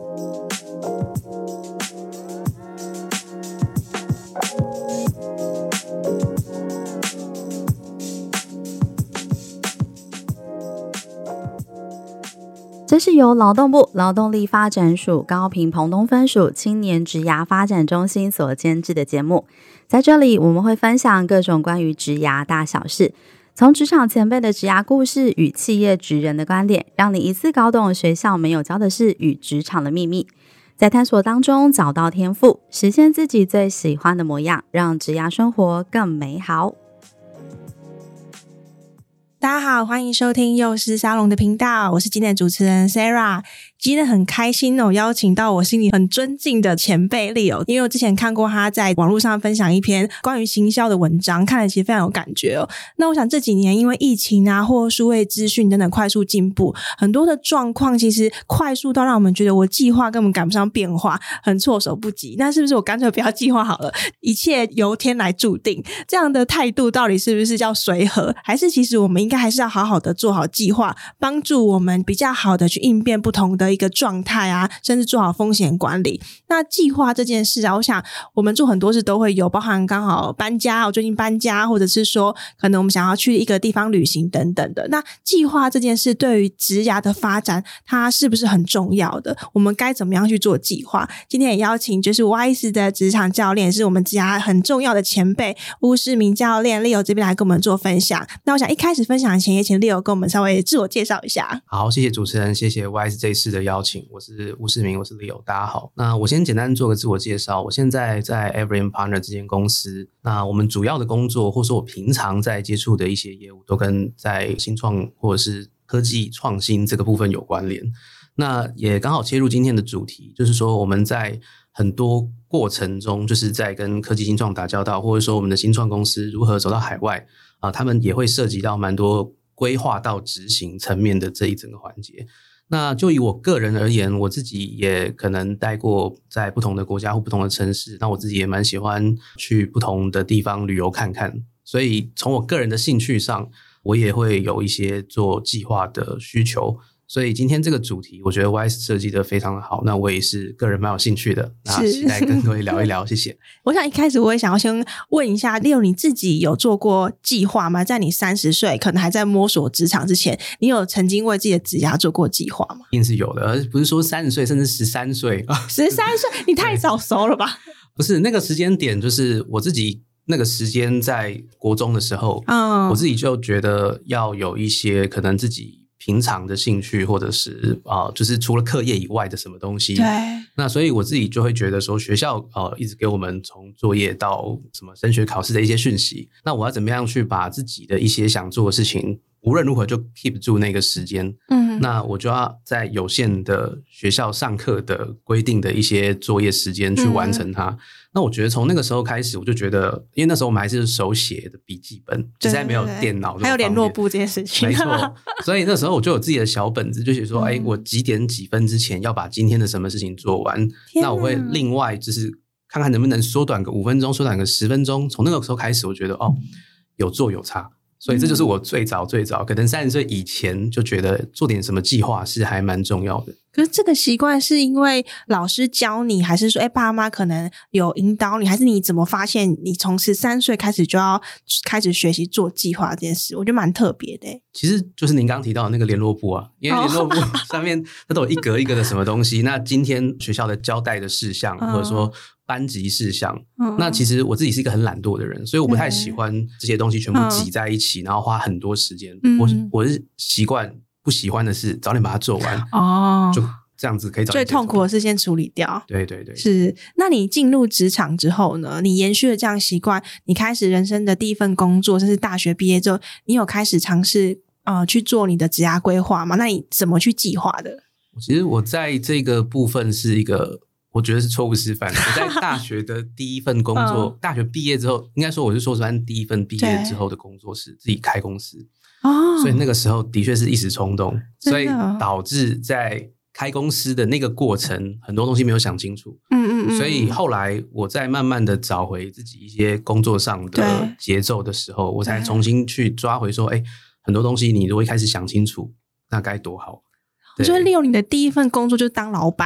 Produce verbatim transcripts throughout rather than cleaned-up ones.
这是由劳动部劳动力发展署高屏澎东分署青年职涯发展中心所监制的节目。在这里，我们会分享各种关于职涯大小事，从职场前辈的职涯故事与企业职人的观点，让你一次搞懂学校没有教的事与职场的秘密，在探索当中找到天赋，实现自己最喜欢的模样，让职涯生活更美好。 大家好，欢迎收听幼师沙龙的频道，我是今天的主持人 Sarah。今天很开心哦，邀请到我心里很尊敬的前辈 Leo， 因为我之前看过他在网络上分享一篇关于行销的文章，看了其实非常有感觉哦。那我想这几年因为疫情啊或数位资讯等等快速进步，很多的状况其实快速到让我们觉得我计划根本赶不上变化，很措手不及。那是不是我干脆不要计划好了，一切由天来注定？这样的态度到底是不是叫随和，还是其实我们应该还是要好好的做好计划，帮助我们比较好的去应变不同的一个状态啊，甚至做好风险管理。那计划这件事啊，我想我们做很多事都会有，包含刚好搬家，我最近搬家，或者是说可能我们想要去一个地方旅行等等的。那计划这件事对于职涯的发展，它是不是很重要的？我们该怎么样去做计划？今天也邀请就是 Y S 的职场教练，是我们职涯很重要的前辈巫世明教练 Leo 这边来跟我们做分享。那我想一开始分享前也请 Leo 跟我们稍微自我介绍一下。 好，谢谢主持人，谢谢 Y S 这一次的邀请，我是巫世明，我是 Leo， 大家好。那我先简单做个自我介绍，我现在在 Every Partner 这间公司，那我们主要的工作或者说我平常在接触的一些业务都跟在新创或者是科技创新这个部分有关联。那也刚好切入今天的主题，就是说我们在很多过程中就是在跟科技新创打交道，或者说我们的新创公司如何走到海外啊、呃，他们也会涉及到蛮多规划到执行层面的这一整个环节。那就以我个人而言，我自己也可能待过在不同的国家或不同的城市，那我自己也蛮喜欢去不同的地方旅游看看，所以从我个人的兴趣上，我也会有一些做计划的需求。所以今天这个主题我觉得 Y S 设计的非常的好，那我也是个人蛮有兴趣的，那期待跟各位聊一聊谢谢。 我想一开始我也想要先问一下 Leo， 你自己有做过计划吗？在你三十岁可能还在摸索职场之前，你有曾经为自己的职涯做过计划吗？ 一定是有的，而不是说三十岁甚至十三岁十三岁你太早熟了吧？ 不是，那个时间点就是我自己那个时间在国中的时候、 嗯、 我自己就觉得要有一些可能自己平常的兴趣，或者是、呃、就是除了课业以外的什么东西。 对， 那所以我自己就会觉得说学校呃一直给我们从作业到什么升学考试的一些讯息，那我要怎么样去把自己的一些想做的事情无论如何就 keep 住那个时间。嗯，那我就要在有限的学校上课的规定的一些作业时间去完成它。嗯，那我觉得从那个时候开始，我就觉得因为那时候我们还是手写的笔记本，其实还没有电脑， 还有联络簿这件事情。 没错，所以那时候我就有自己的小本子，就写说哎、嗯，我几点几分之前要把今天的什么事情做完，那我会另外就是看看能不能缩短个五分钟，缩短个十分钟。从那个时候开始我觉得哦，有做有差，所以这就是我最早最早可能三十岁以前就觉得做点什么计划是还蛮重要的。 可是这个习惯是因为老师教你，还是说哎，爸妈可能有引导你，还是你怎么发现你从十三岁开始就要开始学习做计划这件事？我觉得蛮特别的。 其实就是您刚刚提到的那个联络簿啊，因为联络簿上面它都有一格一格的什么东西那今天学校的交代的事项、嗯、或者说班级事项、嗯、那其实我自己是一个很懒惰的人，所以我不太喜欢这些东西全部挤在一起、嗯、然后花很多时间、嗯、我, 我是习惯不喜欢的是早点把它做完哦，就这样子可以早点。最痛苦的是先处理掉。 对对对， 是。那你进入职场之后呢？你延续了这样习惯，你开始人生的第一份工作，甚至大学毕业之后，你有开始尝试呃去做你的职涯规划吗？那你怎么去计划的？ 其实我在这个部分是一个我觉得是错误示范。我在大学的第一份工作、嗯、大学毕业之后，应该说我是硕士班第一份毕业之后的工作是自己开公司哦，所以那个时候的确是一时冲动，所以导致在开公司的那个过程很多东西没有想清楚。嗯嗯嗯，所以后来我在慢慢的找回自己一些工作上的节奏的时候，我才重新去抓回说哎，很多东西你如果一开始想清楚那该多好。 我觉得利用你的第一份工作就是当老板，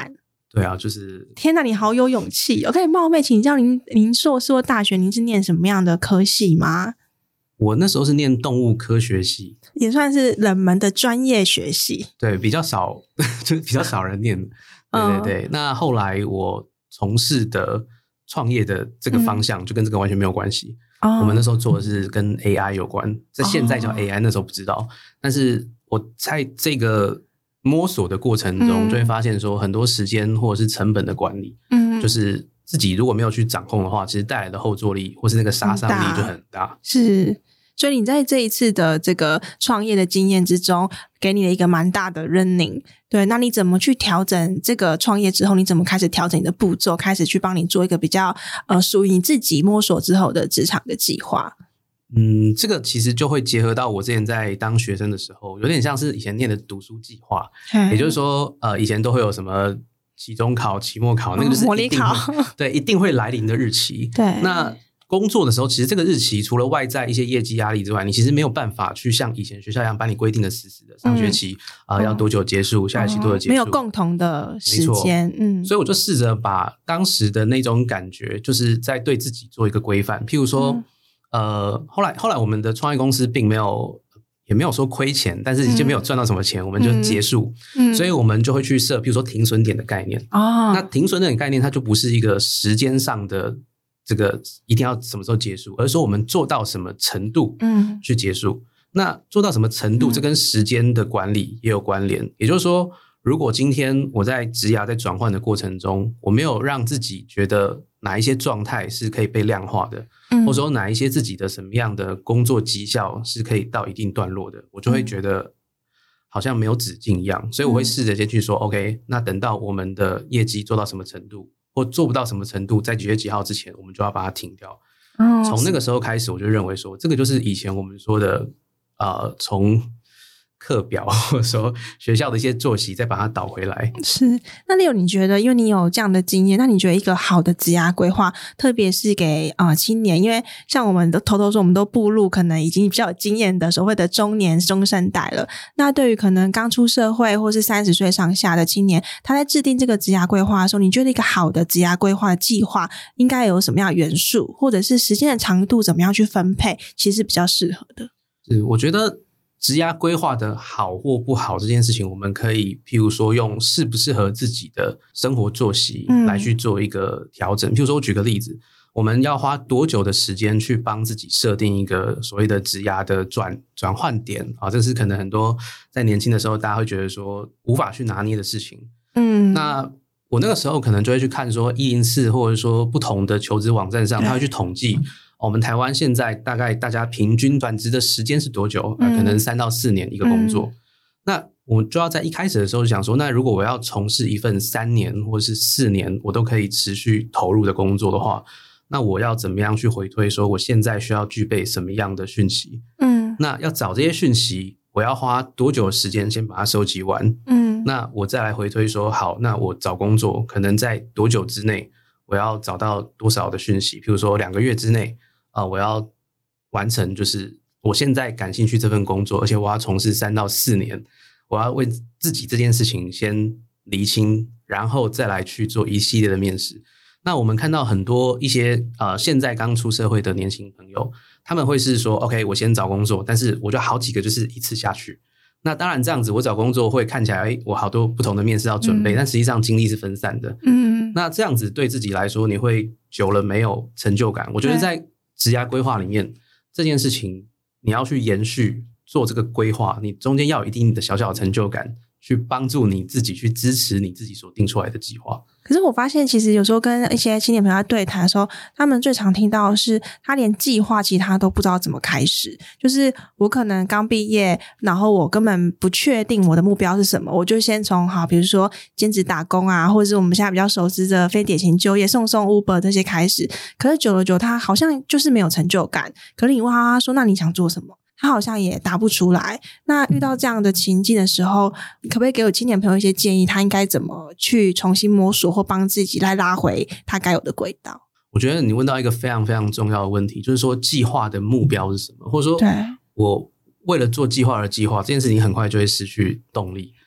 对啊，就是天哪，你好有勇气！我可以冒昧请教您，您硕士或大学您是念什么样的科系吗？ 我那时候是念动物科学系， 也算是冷门的专业学系。 对，比较少，就是比较少人念。对对对，嗯、那后来我从事的创业的这个方向就跟这个完全没有关系。嗯、我们那时候做的是跟 A I 有关，在现在叫 A I，、哦、那时候不知道。但是我在这个摸索的过程中，就会发现说很多时间或者是成本的管理，嗯，就是自己如果没有去掌控的话，其实带来的后坐力或是那个杀伤力就很大。 是。所以你在这一次的这个创业的经验之中，给你了一个蛮大的 learning。对，那你怎么去调整这个创业之后，你怎么开始调整你的步骤，开始去帮你做一个比较呃属于你自己摸索之后的职场的计划？ 嗯，这个其实就会结合到我之前在当学生的时候，有点像是以前念的读书计划，也就是说，呃，以前都会有什么期中考、期末考，那个就是模拟考， 对，一定会来临的日期。 对， 那工作的时候，其实这个日期除了外在一些业绩压力之外，你其实没有办法去像以前学校一样把你规定的死死的，上学期啊、嗯呃、要多久结束，下学期多久结束， 没有共同的时间。嗯， 所以我就试着把当时的那种感觉，就是在对自己做一个规范。譬如说，嗯、呃，后来后来我们的创业公司并没有。也没有说亏钱，但是就没有赚到什么钱，嗯、我们就结束、嗯。所以我们就会去设，比如说停损点的概念。哦，那停损点的概念，它就不是一个时间上的这个一定要什么时候结束，而是说我们做到什么程度，嗯，去结束。嗯、那做到什么程度，这跟时间的管理也有关联。嗯、也就是说，如果今天我在职涯在转换的过程中，我没有让自己觉得哪一些状态是可以被量化的。嗯、或者说哪一些自己的什么样的工作绩效是可以到一定段落的，我就会觉得好像没有止境一样，所以我会试着先去说、嗯、OK， 那等到我们的业绩做到什么程度或做不到什么程度，在几月几号之前我们就要把它停掉。哦、从那个时候开始我就认为说这个就是以前我们说的呃，从课表或者说学校的一些作息再把它导回来。 是，那Leo你觉得因为你有这样的经验，那你觉得一个好的职涯规划特别是给啊、呃、青年，因为像我们都偷偷说我们都步入可能已经比较有经验的所谓的中年中生代了，那对于可能刚出社会或是三十岁上下的青年，他在制定这个职涯规划的时候，你觉得一个好的职涯规划的计划应该有什么样的元素，或者是时间的长度怎么样去分配，其实是比较适合的？ 是，我觉得职涯规划的好或不好这件事情，我们可以譬如说用适不适合自己的生活作息来去做一个调整。嗯、譬如说我举个例子，我们要花多久的时间去帮自己设定一个所谓的职涯的转转换点啊？这是可能很多在年轻的时候大家会觉得说无法去拿捏的事情。嗯，那我那个时候可能就会去看说一零四或者说不同的求职网站上，他会去统计。我们台湾现在大概大家平均转职的时间是多久？嗯、可能三到四年一个工作。嗯、那我就要在一开始的时候就想说，那如果我要从事一份三年或是四年我都可以持续投入的工作的话，那我要怎么样去回推说我现在需要具备什么样的讯息？嗯，那要找这些讯息，我要花多久的时间先把它收集完？嗯，那我再来回推说，好，那我找工作可能在多久之内？我要找到多少的讯息？譬如说两个月之内。啊、呃，我要完成就是我现在感兴趣这份工作，而且我要从事三到四年，我要为自己这件事情先厘清，然后再来去做一系列的面试。那我们看到很多一些呃现在刚出社会的年轻朋友，他们会是说 OK 我先找工作，但是我就好几个就是一次下去。那当然这样子我找工作会看起来诶我好多不同的面试要准备、嗯、但实际上精力是分散的。嗯，那这样子对自己来说你会久了没有成就感。我觉得在职涯规划里面这件事情你要去延续做这个规划，你中间要有一定的小小的成就感，去帮助你自己去支持你自己所定出来的计划。 可是我发现其实有时候跟一些青年朋友在对谈的时候，他们最常听到的是他连计划其实他都不知道怎么开始。就是我可能刚毕业，然后我根本不确定我的目标是什么，我就先从好比如说兼职打工啊，或者是我们现在比较熟知的非典型就业送送 Uber 这些开始。可是久了久他好像就是没有成就感。可是你问他，他说那你想做什么？他好像也答不出来。那遇到这样的情境的时候，你可不可以给我青年朋友一些建议，他应该怎么去重新摸索或帮自己来拉回他该有的轨道？ 我觉得你问到一个非常非常重要的问题，就是说计划的目标是什么，或者说我为了做计划而计划这件事情很快就会失去动力。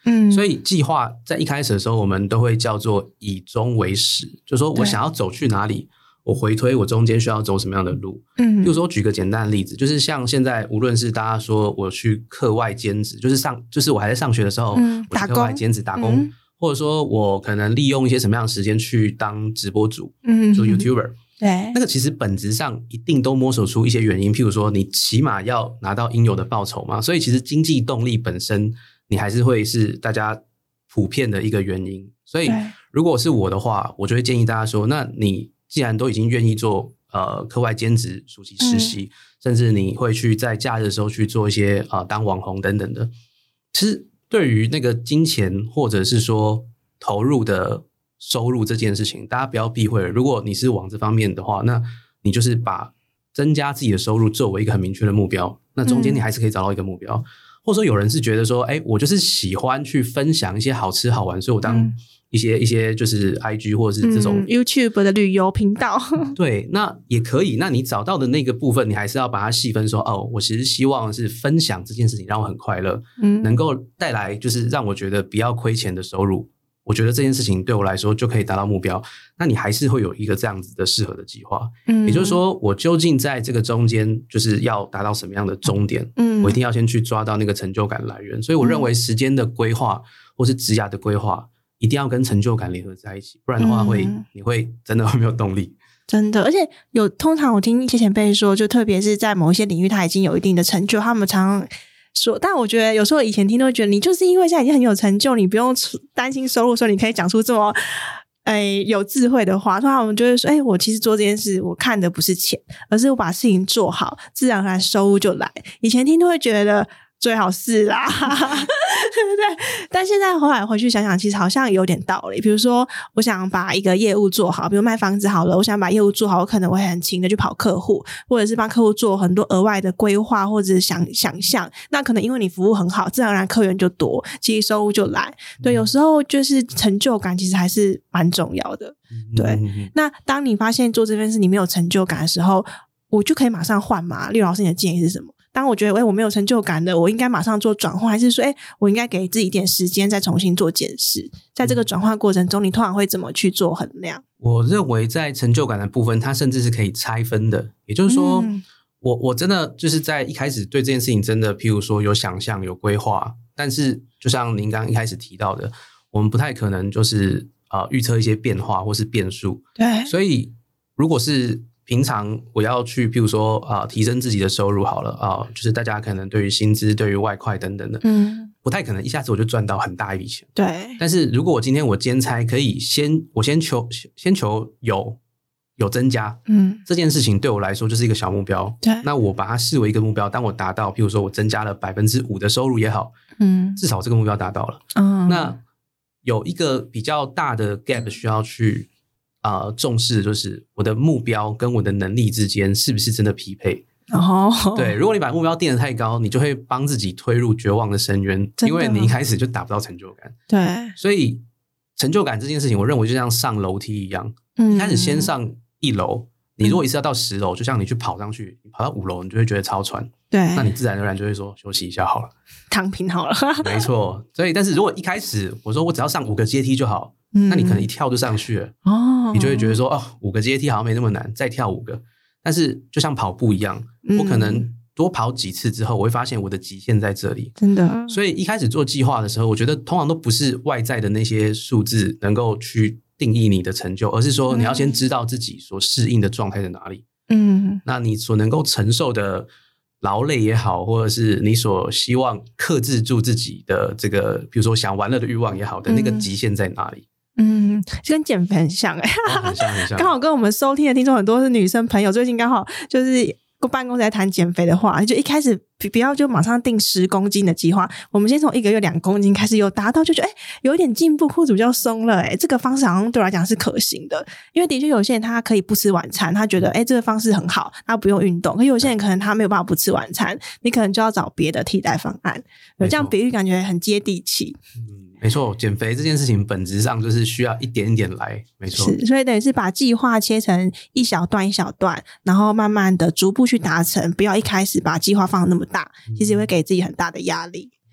嗯， 所以计划在一开始的时候我们都会叫做以终为始，就是说我想要走去哪里，我回推我中间需要走什么样的路。嗯，比如说举个简单的例子，就是像现在无论是大家说我去课外兼职，就是上就是我还在上学的时候、嗯、我去课外兼职打工、嗯、或者说我可能利用一些什么样的时间去当直播主，嗯，做 YouTuber， 对， 那个其实本质上一定都摸索出一些原因，譬如说你起码要拿到应有的报酬嘛，所以其实经济动力本身你还是会是大家普遍的一个原因。所以如果是我的话，我就会建议大家说，那你既然都已经愿意做呃课外兼职、暑期实习、嗯，甚至你会去在假日的时候去做一些呃当网红等等的，其实对于那个金钱或者是说投入的收入这件事情，大家不要避讳了。如果你是往这方面的话，那你就是把增加自己的收入作为一个很明确的目标，那中间你还是可以找到一个目标、嗯、或者说有人是觉得说，哎，我就是喜欢去分享一些好吃好玩，所以我当一些、嗯、一些就是 I G 或者是这种、 嗯、YouTube 的旅游频道对，那也可以。那你找到的那个部分你还是要把它细分说，哦，我其实希望是分享这件事情让我很快乐、嗯、能够带来就是让我觉得不要亏钱的收入，我觉得这件事情对我来说就可以达到目标，那你还是会有一个这样子的适合的计划、嗯、也就是说我究竟在这个中间就是要达到什么样的终点、嗯、我一定要先去抓到那个成就感来源。所以我认为时间的规划或是职涯的规划一定要跟成就感联合在一起，不然的话会、嗯、你会真的会没有动力。 真的，而且有通常我听一些前辈说，就特别是在某一些领域他已经有一定的成就，他们常常说，但我觉得有时候以前听都会觉得你就是因为现在已经很有成就，你不用担心收入，所以你可以讲出这么诶有智慧的话。通常我们就会说，诶我其实做这件事我看的不是钱，而是我把事情做好，自然而然收入就来。以前听都会觉得最好是啦对不对？但现在后来回去想想，其实好像有点道理。比如说我想把一个业务做好，比如卖房子好了，我想把业务做好，我可能会很勤的去跑客户，或者是帮客户做很多额外的规划或者想想象，那可能因为你服务很好，自然而然客源就多，其实收入就来。对，有时候就是成就感其实还是蛮重要的。对，那当你发现做这件事你没有成就感的时候，我就可以马上换嘛。栗老师你的建议是什么？当我觉得诶我没有成就感的，我应该马上做转换，还是说诶我应该给自己一点时间再重新做检视？在这个转换过程中你通常会怎么去做衡量？ 我认为在成就感的部分它甚至是可以拆分的，也就是说、嗯、我我真的就是在一开始对这件事情真的譬如说有想象有规划，但是就像您刚刚一开始提到的，我们不太可能就是呃预测一些变化或是变数。 对， 所以如果是平常我要去譬如说啊、呃、提升自己的收入好了啊、呃，就是大家可能对于薪资对于外快等等的，嗯，不太可能一下子我就赚到很大一笔钱。 对， 但是如果我今天我兼差可以先我先求先求有有增加，嗯，这件事情对我来说就是一个小目标。 对， 那我把它视为一个目标，当我达到譬如说我增加了 百分之五 的收入也好，嗯，至少这个目标达到了。嗯，那有一个比较大的 gap 需要去呃，重视就是我的目标跟我的能力之间是不是真的匹配。哦，对，如果你把目标定得太高，你就会帮自己推入绝望的深渊，因为你一开始就达不到成就感。 对， 所以成就感这件事情我认为就像上楼梯一样，嗯，一开始先上一楼，你如果一次要到十楼、嗯、就像你去跑上去，你跑到五楼你就会觉得超喘， 对， 那你自然而然就会说休息一下好了， 躺平好了没错。所以但是如果一开始我说我只要上五个阶梯就好，嗯、那你可能一跳就上去了，哦，你就会觉得说哦，五个阶梯好像没那么难，再跳五个。但是就像跑步一样，嗯、我可能多跑几次之后，我会发现我的极限在这里， 真的。 所以一开始做计划的时候，我觉得通常都不是外在的那些数字能够去定义你的成就，而是说你要先知道自己所适应的状态在哪里，嗯，那你所能够承受的劳累也好，或者是你所希望克制住自己的这个比如说想玩乐的欲望也好的那个极限在哪里。 嗯，跟减肥很像哎、欸哦， 很像很像。 刚好跟我们收听的听众很多是女生朋友，最近刚好就是办公室在谈减肥的话，就一开始不要就马上定十公斤的计划，我们先从一个月两公斤开始，有达到就觉得哎、欸、有一点进步，裤子比较松了哎、欸，这个方式好像对我来讲是可行的。因为的确有些人他可以不吃晚餐，他觉得哎、欸、这个方式很好，他不用运动。可有些人可能他没有办法不吃晚餐，你可能就要找别的替代方案。有这样比喻感觉很接地气。 嗯，没错，减肥这件事情本质上就是需要一点一点来，没错。 是，所以等于是把计划切成一小段一小段，然后慢慢的逐步去达成，不要一开始把计划放得那么大，其实会给自己很大的压力。 没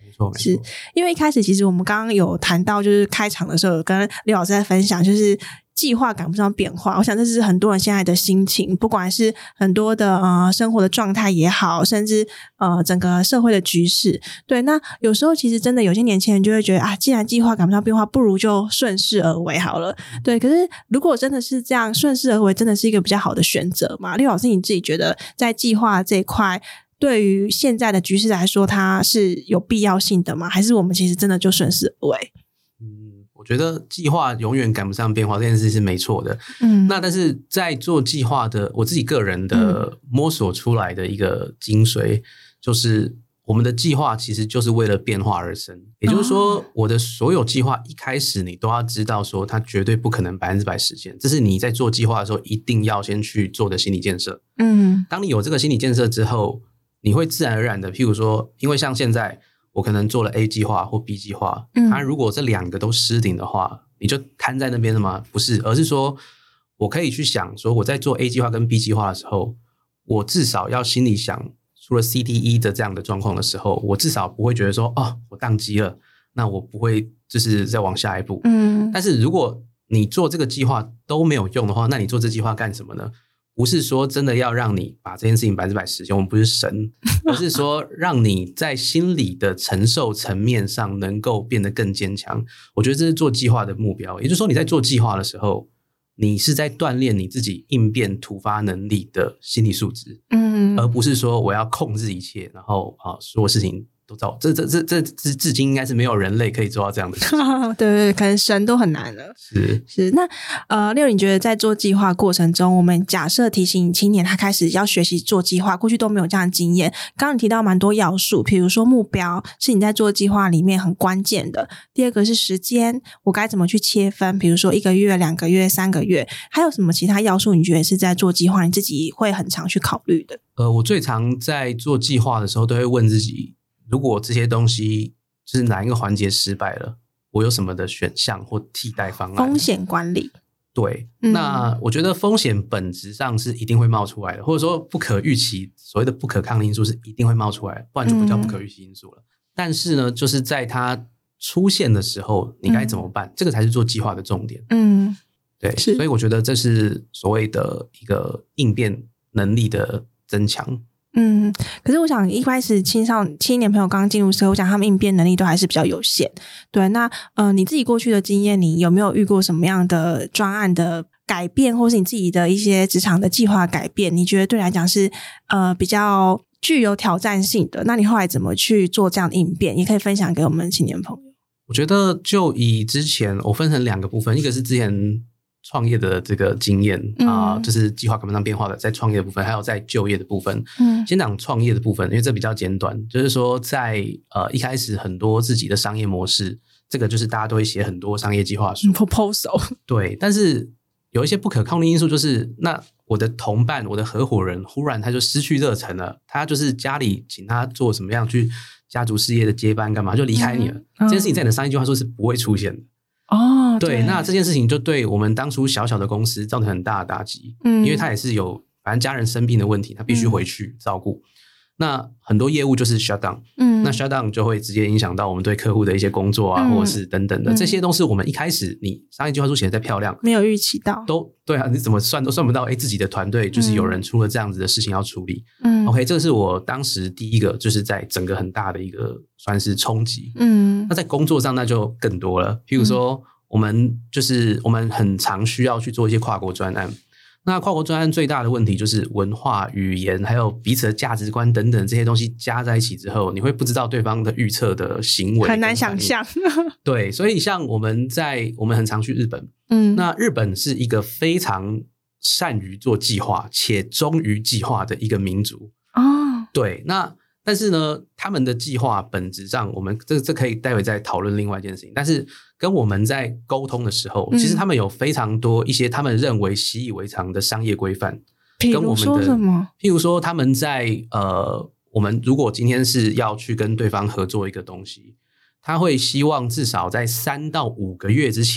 没错，没错。 是因为一开始其实我们刚刚有谈到，就是开场的时候有跟刘老师在分享，就是计划赶不上变化，我想这是很多人现在的心情，不管是很多的呃生活的状态也好，甚至呃整个社会的局势。对，那有时候其实真的有些年轻人就会觉得啊，既然计划赶不上变化，不如就顺势而为好了。对，可是如果真的是这样，顺势而为真的是一个比较好的选择嘛？刘老师你自己觉得在计划这一块对于现在的局势来说，它是有必要性的吗？还是我们其实真的就顺势而为？ 我觉得计划永远赶不上变化这件事是没错的，嗯，那但是在做计划的我自己个人的摸索出来的一个精髓，就是我们的计划其实就是为了变化而生，也就是说我的所有计划一开始你都要知道说它绝对不可能百分之百实现，这是你在做计划的时候一定要先去做的心理建设。嗯，当你有这个心理建设之后，你会自然而然的，譬如说因为像现在我可能做了 A 计划或 B 计划，嗯，它如果这两个都失灵的话，你就瘫在那边了吗？不是，而是说我可以去想说我在做 A 计划跟 B 计划的时候，我至少要心里想，除了 C T E 的这样的状况的时候，我至少不会觉得说哦，我宕机了，那我不会就是再往下一步。嗯，但是如果你做这个计划都没有用的话，那你做这计划干什么呢？不是说真的要让你把这件事情百分之百实现，我们不是神，而是说让你在心理的承受层面上能够变得更坚强。我觉得这是做计划的目标，也就是说你在做计划的时候，你是在锻炼你自己应变突发能力的心理素质，嗯，而不是说我要控制一切，然后啊所有事情都照这这这这至至今应该是没有人类可以做到这样的事情。 对对，可能神都很难了。 是是，那呃，六你觉得在做计划过程中，我们假设提醒青年他开始要学习做计划，过去都没有这样的经验。刚刚你提到蛮多要素，比如说目标是你在做计划里面很关键的。第二个是时间，我该怎么去切分？比如说一个月、两个月、三个月，还有什么其他要素？你觉得是在做计划你自己会很常去考虑的？ 呃，我最常在做计划的时候，都会问自己，如果这些东西就是哪一个环节失败了，我有什么的选项或替代方案？ 风险管理。 对，嗯，那我觉得风险本质上是一定会冒出来的，或者说不可预期，所谓的不可抗力因素是一定会冒出来的，不然就不叫不可预期因素了。嗯，但是呢，就是在它出现的时候，你该怎么办？嗯，这个才是做计划的重点。嗯，对，所以我觉得这是所谓的一个应变能力的增强。 嗯，可是我想一开始青少青年朋友刚刚进入社会，我想他们应变能力都还是比较有限。对，那呃，你自己过去的经验，你有没有遇过什么样的专案的改变，或是你自己的一些职场的计划改变？你觉得对你来讲是呃比较具有挑战性的？那你后来怎么去做这样的应变？也可以分享给我们青年朋友。 我觉得就以之前我分成两个部分，一个是之前创业的这个经验啊、嗯呃，就是计划赶不上变化的在创业的部分，还有在就业的部分。嗯，先讲创业的部分，因为这比较简短，就是说在呃一开始很多自己的商业模式，这个就是大家都会写很多商业计划书 proposal。 对，但是有一些不可抗力因素，就是那我的同伴、我的合伙人忽然他就失去热忱了，他就是家里请他做什么样去家族事业的接班干嘛，就离开你了。嗯、这件事情在你的商业计划书是不会出现的。 哦， 对，那这件事情就对我们当初小小的公司造成很大的打击，嗯，因为他也是有反正家人生病的问题，他必须回去照顾。嗯，那很多业务就是 shut down， 嗯，那 shut down 就会直接影响到我们对客户的一些工作啊，嗯，或者是等等的，嗯，这些都是我们一开始你商业计划书写得再漂亮， 没有预期到， 都对啊，你怎么算都算不到，哎，自己的团队就是有人出了这样子的事情要处理，嗯 ，OK， 这个是我当时第一个，就是在整个很大的一个算是冲击，嗯，那在工作上那就更多了，譬如说。嗯，我们就是我们很常需要去做一些跨国专案，那跨国专案最大的问题就是文化、语言还有彼此的价值观等等这些东西加在一起之后，你会不知道对方的预测的行为， 很难想象。 对，所以像我们在我们很常去日本，嗯，那日本是一个非常善于做计划且忠于计划的一个民族哦。对，那但是呢，他们的计划本质上，我们这这可以待会再讨论另外一件事情。但是跟我们在沟通的时候，嗯，其实他们有非常多一些他们认为习以为常的商业规范， 譬如说什么？ 譬如说他们在呃，我们如果今天是要去跟对方合作一个东西，他会希望至少在三到五个月之前，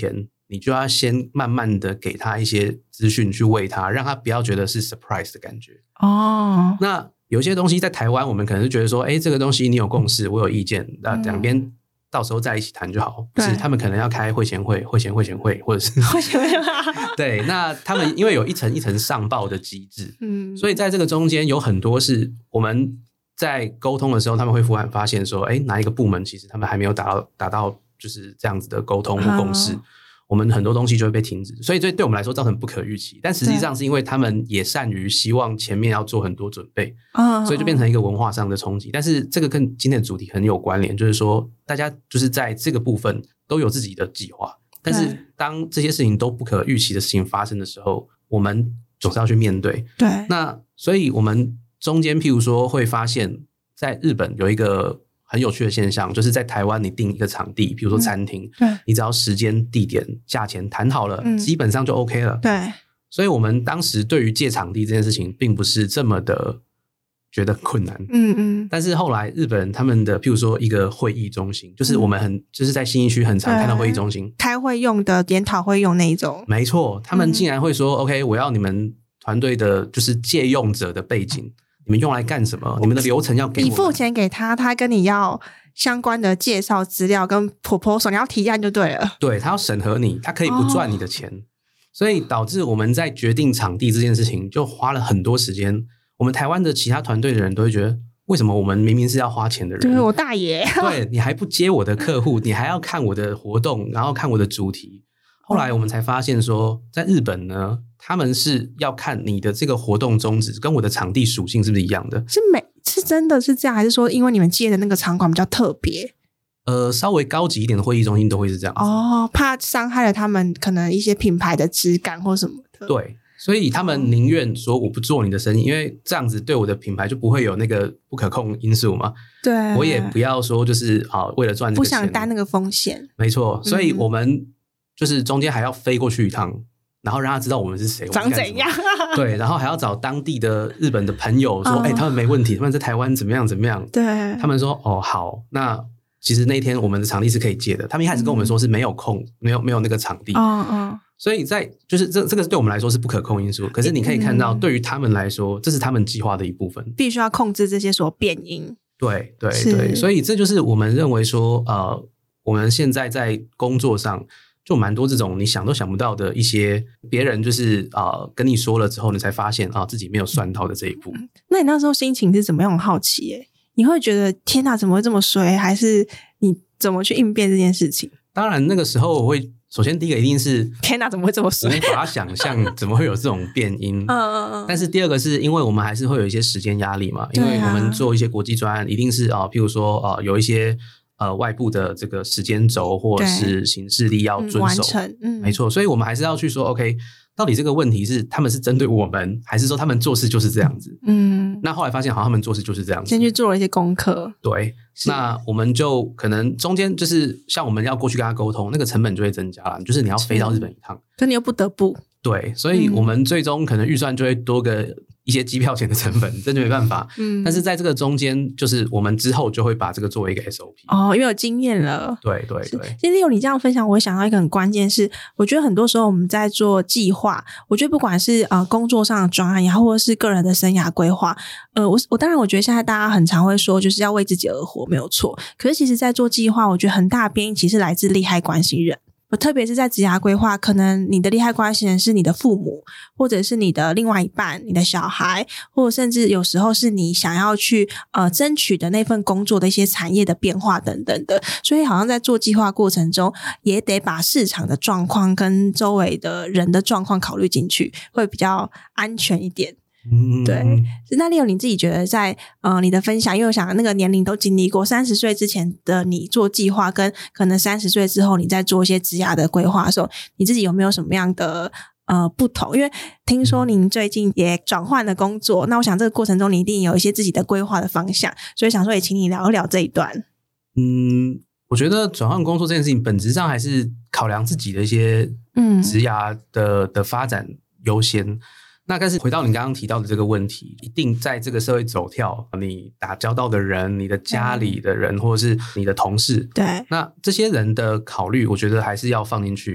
你就要先慢慢的给他一些资讯去喂他，让他不要觉得是 surprise 的感觉。哦，那有些东西在台湾我们可能是觉得说，哎，这个东西你有共识，我有意见，那两边到时候再一起谈就好。嗯、是他们可能要开会前会、会前会前会，或者是会前会。 对，那他们因为有一层一层上报的机制，嗯，所以在这个中间有很多是我们在沟通的时候，他们会忽然发现说，哎，哪一个部门其实他们还没有达到达到就是这样子的沟通或共识。哦，我们很多东西就会被停止，所以这对我们来说造成不可预期，但实际上是因为他们也善于希望前面要做很多准备，所以就变成一个文化上的冲击。但是这个跟今天的主题很有关联，就是说大家就是在这个部分都有自己的计划，但是当这些事情都不可预期的事情发生的时候，我们总是要去面对。对，那所以我们中间譬如说会发现在日本有一个很有趣的现象，就是在台湾你定一个场地，比如说餐厅，嗯、对，你只要时间、地点、价钱谈好了，嗯、基本上就 OK 了。对，所以我们当时对于借场地这件事情，并不是这么的觉得困难。嗯嗯。但是后来日本人他们的，譬如说一个会议中心，就是我们很、嗯、就是在信义区很常看到会议中心， 开会用的、研讨会用那一种。 没错，他们竟然会说、嗯、：“OK， 我要你们团队的，就是借用者的背景。”你们用来干什么？你们的流程要给我们， 你付钱给他，他跟你要相关的介绍资料跟 proposal， 你要提案就对了。 对，他要审核你，他可以不赚你的钱，哦、所以导致我们在决定场地这件事情就花了很多时间。我们台湾的其他团队的人都会觉得，为什么我们明明是要花钱的人， 对我大爷， 对你还不接我的客户，你还要看我的活动，然后看我的主题。后来我们才发现说，在日本呢，他们是要看你的这个活动宗旨跟我的场地属性是不是一样的。 是每是真的是这样，还是说因为你们借的那个场馆比较特别？ 呃，稍微高级一点的会议中心都会是这样子。 哦，怕伤害了他们可能一些品牌的质感或什么的。 对，所以他们宁愿说我不做你的生意，因为这样子对我的品牌就不会有那个不可控因素嘛。对，我也不要说就是啊，为了赚这个钱不想担那个风险。 没错，所以我们、嗯。就是中间还要飞过去一趟，然后让他知道我们是谁， 长怎样。 对，然后还要找当地的日本的朋友说，哎、哦欸，他们没问题，他们在台湾怎么样怎么样。对，他们说，哦，好，那其实那一天我们的场地是可以借的。他们一开始跟我们说是没有空，嗯、没有没有那个场地。嗯嗯。所以在就是这这个对我们来说是不可控因素，可是你可以看到，对于他们来说，这是他们计划的一部分， 必须要控制这些所变因。 对对对，所以这就是我们认为说，呃，我们现在在工作上。就蛮多这种你想都想不到的一些别人就是啊、呃、跟你说了之后，你才发现啊自己没有算到的这一步。 嗯、那你那时候心情是怎么样？很好奇耶，你会觉得天哪，怎么会这么衰？还是你怎么去应变这件事情？ 当然，那个时候我会首先第一个一定是天哪，怎么会这么衰？ 无法想象怎么会有这种变因。嗯嗯嗯。但是第二个是因为我们还是会有一些时间压力嘛，因为我们做一些国际专案，一定是啊、呃，譬如说啊、呃、有一些。呃，外部的这个时间轴或者是行事历要遵守，嗯、完成，嗯，没错，所以我们还是要去说 ，OK， 到底这个问题是他们是针对我们，还是说他们做事就是这样子？嗯，那后来发现，好像他们做事就是这样子。 先去做了一些功课， 对，那我们就可能中间就是像我们要过去跟他沟通，那个成本就会增加了，就是你要飞到日本一趟， 可你又不得不。 对，所以我们最终可能预算就会多个一些机票钱的成本，真的没办法。嗯，但是在这个中间，就是我们之后就会把这个作为一个 S O P。 哦，因为有经验了。 对对对。 其实有你这样分享，我会想到一个很关键是，我觉得很多时候我们在做计划，我觉得不管是呃工作上的专案也好，或者是个人的生涯规划，呃，我我当然我觉得现在大家很常会说，就是要为自己而活，没有错。可是其实在做计划，我觉得很大变因其实来自利害关系人。特别是在职涯规划，可能你的利害关系人是你的父母，或者是你的另外一半，你的小孩，或者甚至有时候是你想要去呃争取的那份工作的一些产业的变化等等的。所以好像在做计划过程中，也得把市场的状况跟周围的人的状况考虑进去，会比较安全一点。嗯，对。那Leo你自己觉得在呃你的分享，因为我想那个年龄都经历过，三十岁之前的你做计划，跟可能三十岁之后你在做一些职涯的规划的时候，你自己有没有什么样的呃不同？因为听说您最近也转换了工作，那我想这个过程中你一定有一些自己的规划的方向，所以想说也请你聊一聊这一段。 嗯，我觉得转换工作这件事情本质上还是考量自己的一些嗯职涯的、嗯、的发展优先。那但是回到你刚刚提到的这个问题，一定在这个社会走跳，你打交道的人，你的家里的人，或者是你的同事，对，那这些人的考虑我觉得还是要放进去。可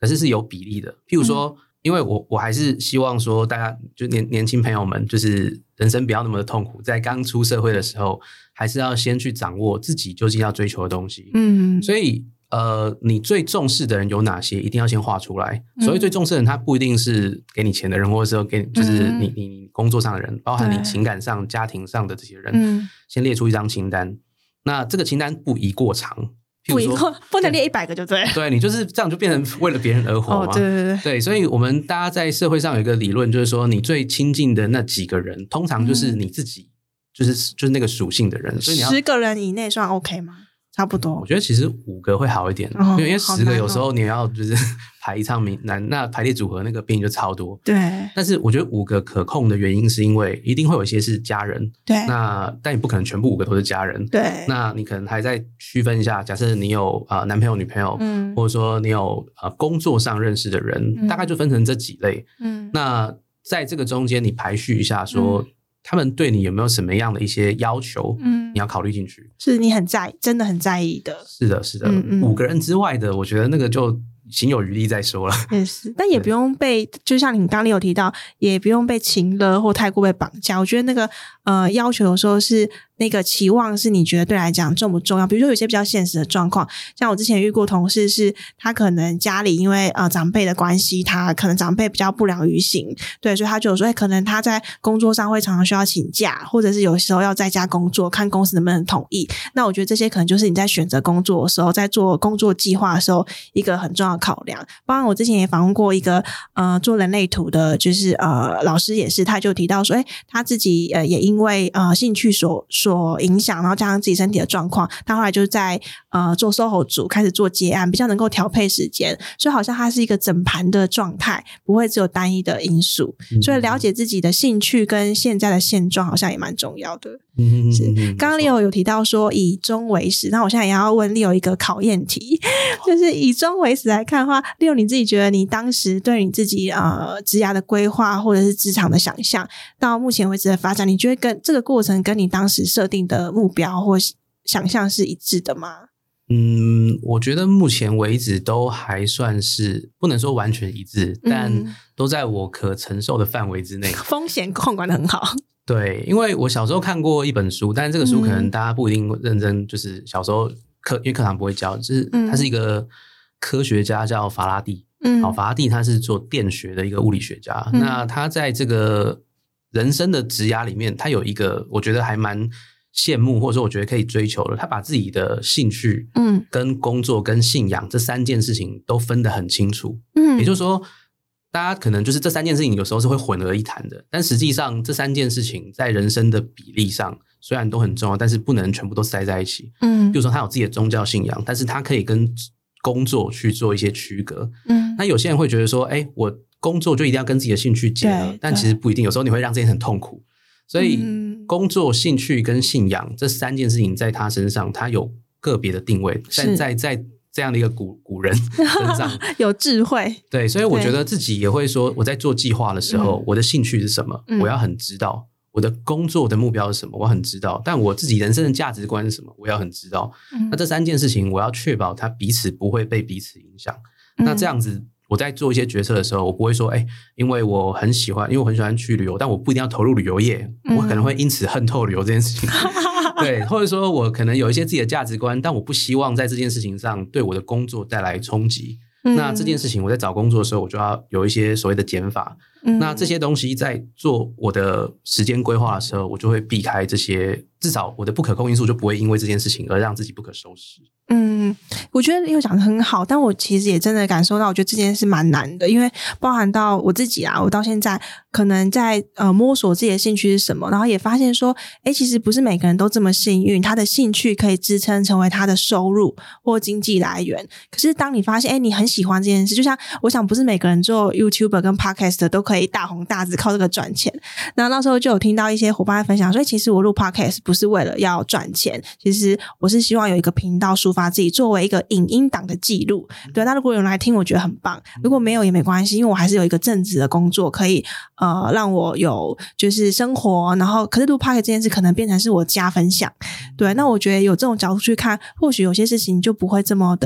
可是是有比例的。譬如说、嗯、因为我我还是希望说大家就年年轻朋友们就是人生不要那么的痛苦，在刚出社会的时候还是要先去掌握自己究竟要追求的东西。嗯，所以呃，你最重视的人有哪些一定要先画出来。所谓最重视的人他不一定是给你钱的人，或者说给就是你你工作上的人，包含你情感上家庭上的这些人、嗯、先列出一张清单。那这个清单不宜过长， 不宜过不能列一百个就对了。 对，你就是这样就变成为了别人而活嘛、 哦、对对对对，所以我们大家在社会上有一个理论，就是说你最亲近的那几个人通常就是你自己、嗯、就是就是那个属性的人。所以你要十个人以内算 OK 吗？差不多， 我觉得其实五个会好一点、哦、因为十个有时候你要就是排一场名难，那排列组合那个变异就超多。 对， 但是我觉得五个可控的原因是因为一定会有一些是家人， 对， 那但你不可能全部五个都是家人， 对， 那你可能还在区分一下，假设你有、呃、男朋友女朋友、嗯、或者说你有、呃、工作上认识的人、嗯、大概就分成这几类。嗯，那在这个中间你排序一下说、嗯他们对你有没有什么样的一些要求、嗯、你要考虑进去， 是你很在意真的很在意的。 是的是的、嗯嗯、五个人之外的我觉得那个就行有余力再说了。 也是，但也不用被就像你刚刚有提到也不用被情勒或太过被绑架。我觉得那个呃要求有时候是那个期望是你觉得对来讲重不重要。比如说有些比较现实的状况，像我之前遇过同事是他可能家里因为呃长辈的关系，他可能长辈比较不良于行，对，所以他就有说、欸、可能他在工作上会常常需要请假，或者是有时候要在家工作，看公司能不能同意。那我觉得这些可能就是你在选择工作的时候，在做工作计划的时候一个很重要的考量。包括我之前也访问过一个呃做人类图的就是呃老师，也是他就提到说欸他自己呃也因为呃兴趣所所影响，然后加上自己身体的状况，他后来就在呃做 S O H O 组开始做接案，比较能够调配时间，所以好像他是一个整盘的状态，不会只有单一的因素、嗯、所以了解自己的兴趣跟现在的现状好像也蛮重要的。嗯，是刚刚 Leo 有提到说以终为始，那我现在也要问 Leo 一个考验题，就是以终为始来看的话，Leo 你自己觉得你当时对你自己呃职涯的规划或者是职场的想象到目前为止的发展，你觉得跟这个过程跟你当时设定的目标或想象是一致的吗？ 嗯，我觉得目前为止都还算是不能说完全一致、嗯、但都在我可承受的范围之内， 风险控管得很好。 对，因为我小时候看过一本书，但是这个书可能大家不一定认真，就是小时候课因为课堂不会教，就是他是一个科学家叫法拉第。嗯，好，法拉第他是做电学的一个物理学家、嗯、那他在这个人生的职涯里面，他有一个我觉得还蛮羡慕或者说我觉得可以追求的，他把自己的兴趣嗯跟工作跟信仰这三件事情都分得很清楚。嗯，也就是说大家可能就是这三件事情有时候是会混为一谈的，但实际上这三件事情在人生的比例上虽然都很重要，但是不能全部都塞在一起。嗯，比如说他有自己的宗教信仰，但是他可以跟工作去做一些区隔。嗯，那有些人会觉得说哎，我工作就一定要跟自己的兴趣结合，但其实不一定，有时候你会让这些很痛苦。所以工作兴趣跟信仰这三件事情在他身上他有个别的定位，在在在这样的一个古古人身上有智慧。 对，所以我觉得自己也会说我在做计划的时候、嗯、我的兴趣是什么、嗯、我要很知道，我的工作的目标是什么我很知道，但我自己人生的价值观是什么我要很知道、嗯、那这三件事情我要确保它彼此不会被彼此影响、嗯、那这样子我在做一些决策的时候，我不会说哎，因为我很喜欢因为我很喜欢去旅游，但我不一定要投入旅游业、嗯、我可能会因此恨透旅游这件事情对，或者说我可能有一些自己的价值观，但我不希望在这件事情上对我的工作带来冲击、嗯、那这件事情我在找工作的时候我就要有一些所谓的减法、嗯、那这些东西在做我的时间规划的时候我就会避开这些，至少我的不可控因素就不会因为这件事情而让自己不可收拾。 嗯，我觉得又讲得很好，但我其实也真的感受到我觉得这件事蛮难的，因为包含到我自己啊，我到现在可能在呃摸索自己的兴趣是什么，然后也发现说诶其实不是每个人都这么幸运，他的兴趣可以支撑成为他的收入或经济来源。可是当你发现诶你很喜欢这件事，就像我想不是每个人做 YouTuber 跟 Podcast 都可以大红大紫靠这个赚钱，然后那时候就有听到一些伙伴分享说其实我录 Podcast 不是为了要赚钱，其实我是希望有一个频道抒发自己，作为一个影音档的记录。对，那如果有人来听我觉得很棒，如果没有也没关系，因为我还是有一个正职的工作可以呃让我有就是生活，然后可是录 Podcast 这件事可能变成是我家分享。对，那我觉得有这种角度去看，或许有些事情就不会这么的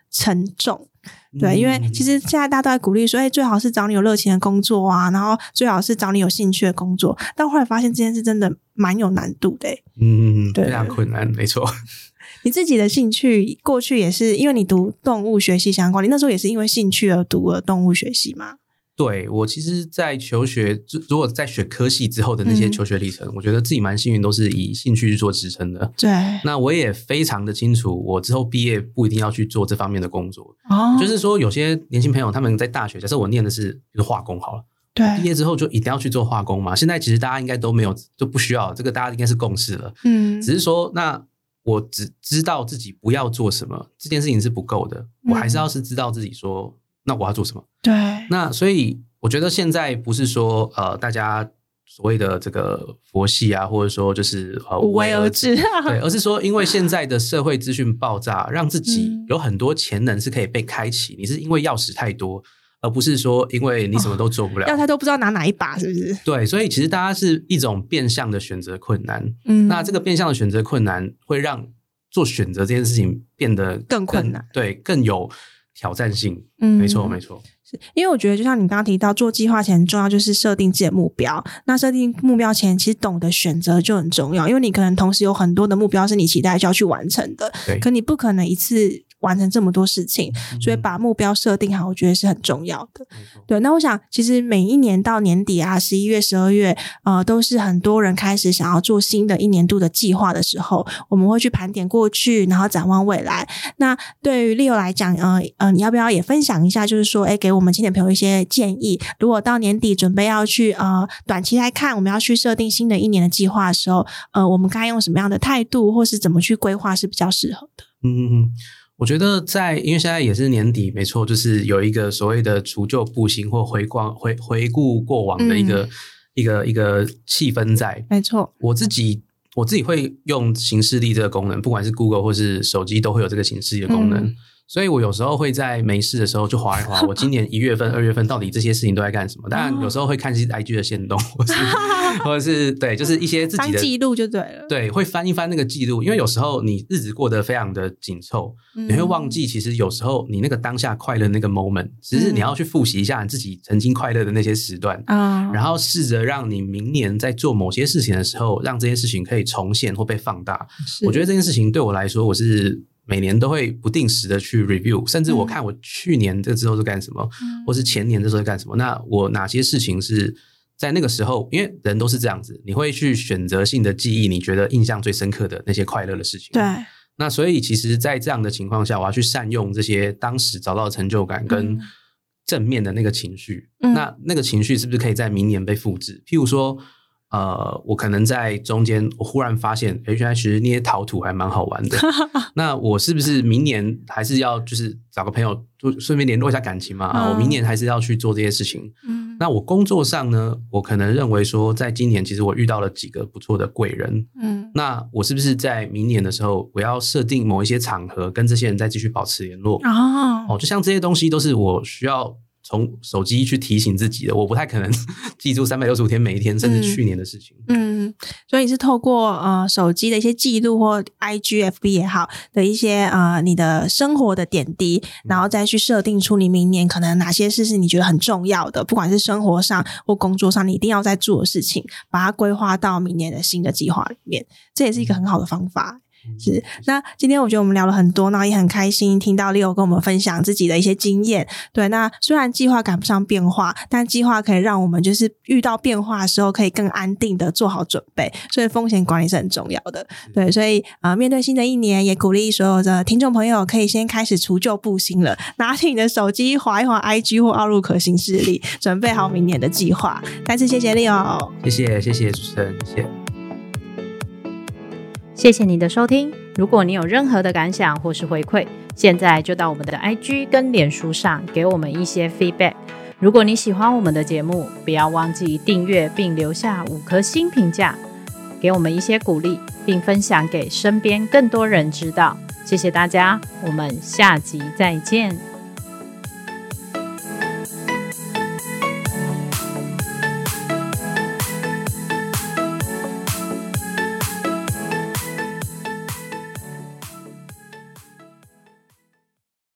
沉重。对，因为其实现在大家都在鼓励说，哎，最好是找你有热情的工作啊，然后最好是找你有兴趣的工作。但后来发现这件事真的蛮有难度的。 嗯，非常困难，没错。 你自己的兴趣过去也是因为你读动物学系相关，你那时候也是因为兴趣而读了动物学系吗？ 对，我其实在求学如果在选科系之后的那些求学历程、嗯、我觉得自己蛮幸运，都是以兴趣去做支撑的。 对， 那我也非常的清楚我之后毕业不一定要去做这方面的工作、哦、就是说有些年轻朋友他们在大学，假设我念的是比如化工好了， 对， 毕业之后就一定要去做化工嘛，现在其实大家应该都没有，就不需要，这个大家应该是共识了。嗯，只是说那我只知道自己不要做什么这件事情是不够的、嗯、我还是要是知道自己说那我要做什么。 对， 那所以我觉得现在不是说呃大家所谓的这个佛系啊，或者说就是呃无为而治， 对，而是说因为现在的社会资讯爆炸，让自己有很多潜能是可以被开启、嗯、你是因为钥匙太多，而不是说因为你什么都做不了， 钥匙都不知道拿哪一把，是不是？ 对，所以其实大家是一种变相的选择困难。嗯，那这个变相的选择困难会让做选择这件事情变得 更, 更困难， 对，更有挑战性。嗯，没错没错。 因为我觉得就像你刚刚提到，做计划前很重要就是设定自己的目标，那设定目标前其实懂得选择就很重要，因为你可能同时有很多的目标是你期待就要去完成的，可你不可能一次完成这么多事情，所以把目标设定好我觉得是很重要的。对，那我想其实每一年到年底啊，十一月十二月呃，都是很多人开始想要做新的一年度的计划的时候，我们会去盘点过去然后展望未来。那对于 Leo 来讲呃呃，你要不要也分享一下，就是说诶给我们青年朋友一些建议，如果到年底准备要去呃短期来看我们要去设定新的一年的计划的时候，呃我们该用什么样的态度或是怎么去规划是比较适合的？ 嗯，我觉得在因为现在也是年底，没错，就是有一个所谓的除旧布新或回光回回顾过往的一个、嗯、一个一个气氛在。 没错， 我自己我自己会用行事历这个功能，不管是 Google 或是手机都会有这个行事历的功能。嗯，所以我有时候会在没事的时候就滑一滑我今年一月份二月份到底这些事情都在干什么。当然有时候会看一些 I G 的限动或是或者是对，就是一些自己的记录就对了。 对，会翻一翻那个记录，因为有时候你日子过得非常的紧凑、嗯、你会忘记其实有时候你那个当下快乐那个 moment 只是你要去复习一下你自己曾经快乐的那些时段、嗯、然后试着让你明年在做某些事情的时候让这些事情可以重现或被放大。我觉得这件事情对我来说，我是每年都会不定时的去 review， 甚至我看我去年这之后是干什么、嗯、或是前年这时候是干什么，那我哪些事情是在那个时候，因为人都是这样子，你会去选择性的记忆你觉得印象最深刻的那些快乐的事情。 对， 那所以其实在这样的情况下，我要去善用这些当时找到的成就感跟正面的那个情绪、嗯、那那个情绪是不是可以在明年被复制。譬如说呃，我可能在中间我忽然发现诶，原来其实捏陶土还蛮好玩的那我是不是明年还是要就是找个朋友就顺便联络一下感情嘛、嗯啊、我明年还是要去做这些事情。嗯，那我工作上呢，我可能认为说在今年其实我遇到了几个不错的贵人。嗯，那我是不是在明年的时候我要设定某一些场合跟这些人再继续保持联络。哦，哦，就像这些东西都是我需要从手机去提醒自己的，我不太可能记住三百六十五天每一天甚至去年的事情。 嗯，所以你是透过呃手机的一些记录或 I G F B 也好的一些呃你的生活的点滴，然后再去设定出你明年可能哪些事是你觉得很重要的，不管是生活上或工作上你一定要在做的事情，把它规划到明年的新的计划里面，这也是一个很好的方法。是，那今天我觉得我们聊了很多，那也很开心听到 Leo 跟我们分享自己的一些经验。对，那虽然计划赶不上变化，但计划可以让我们就是遇到变化的时候可以更安定的做好准备，所以风险管理是很重要的。对，所以呃，面对新的一年，也鼓励所有的听众朋友可以先开始除旧布新了，拿起你的手机滑一滑 I G 或 Outlook 行事历，准备好明年的计划。再次谢谢 Leo， 谢谢谢谢主持人，谢谢。 谢谢你的收听，如果你有任何的感想或是回馈，现在就到我们的 I G 跟脸书上给我们一些 feedback。 如果你喜欢我们的节目，不要忘记订阅并留下五颗星评价，给我们一些鼓励，并分享给身边更多人知道。谢谢大家，我们下集再见。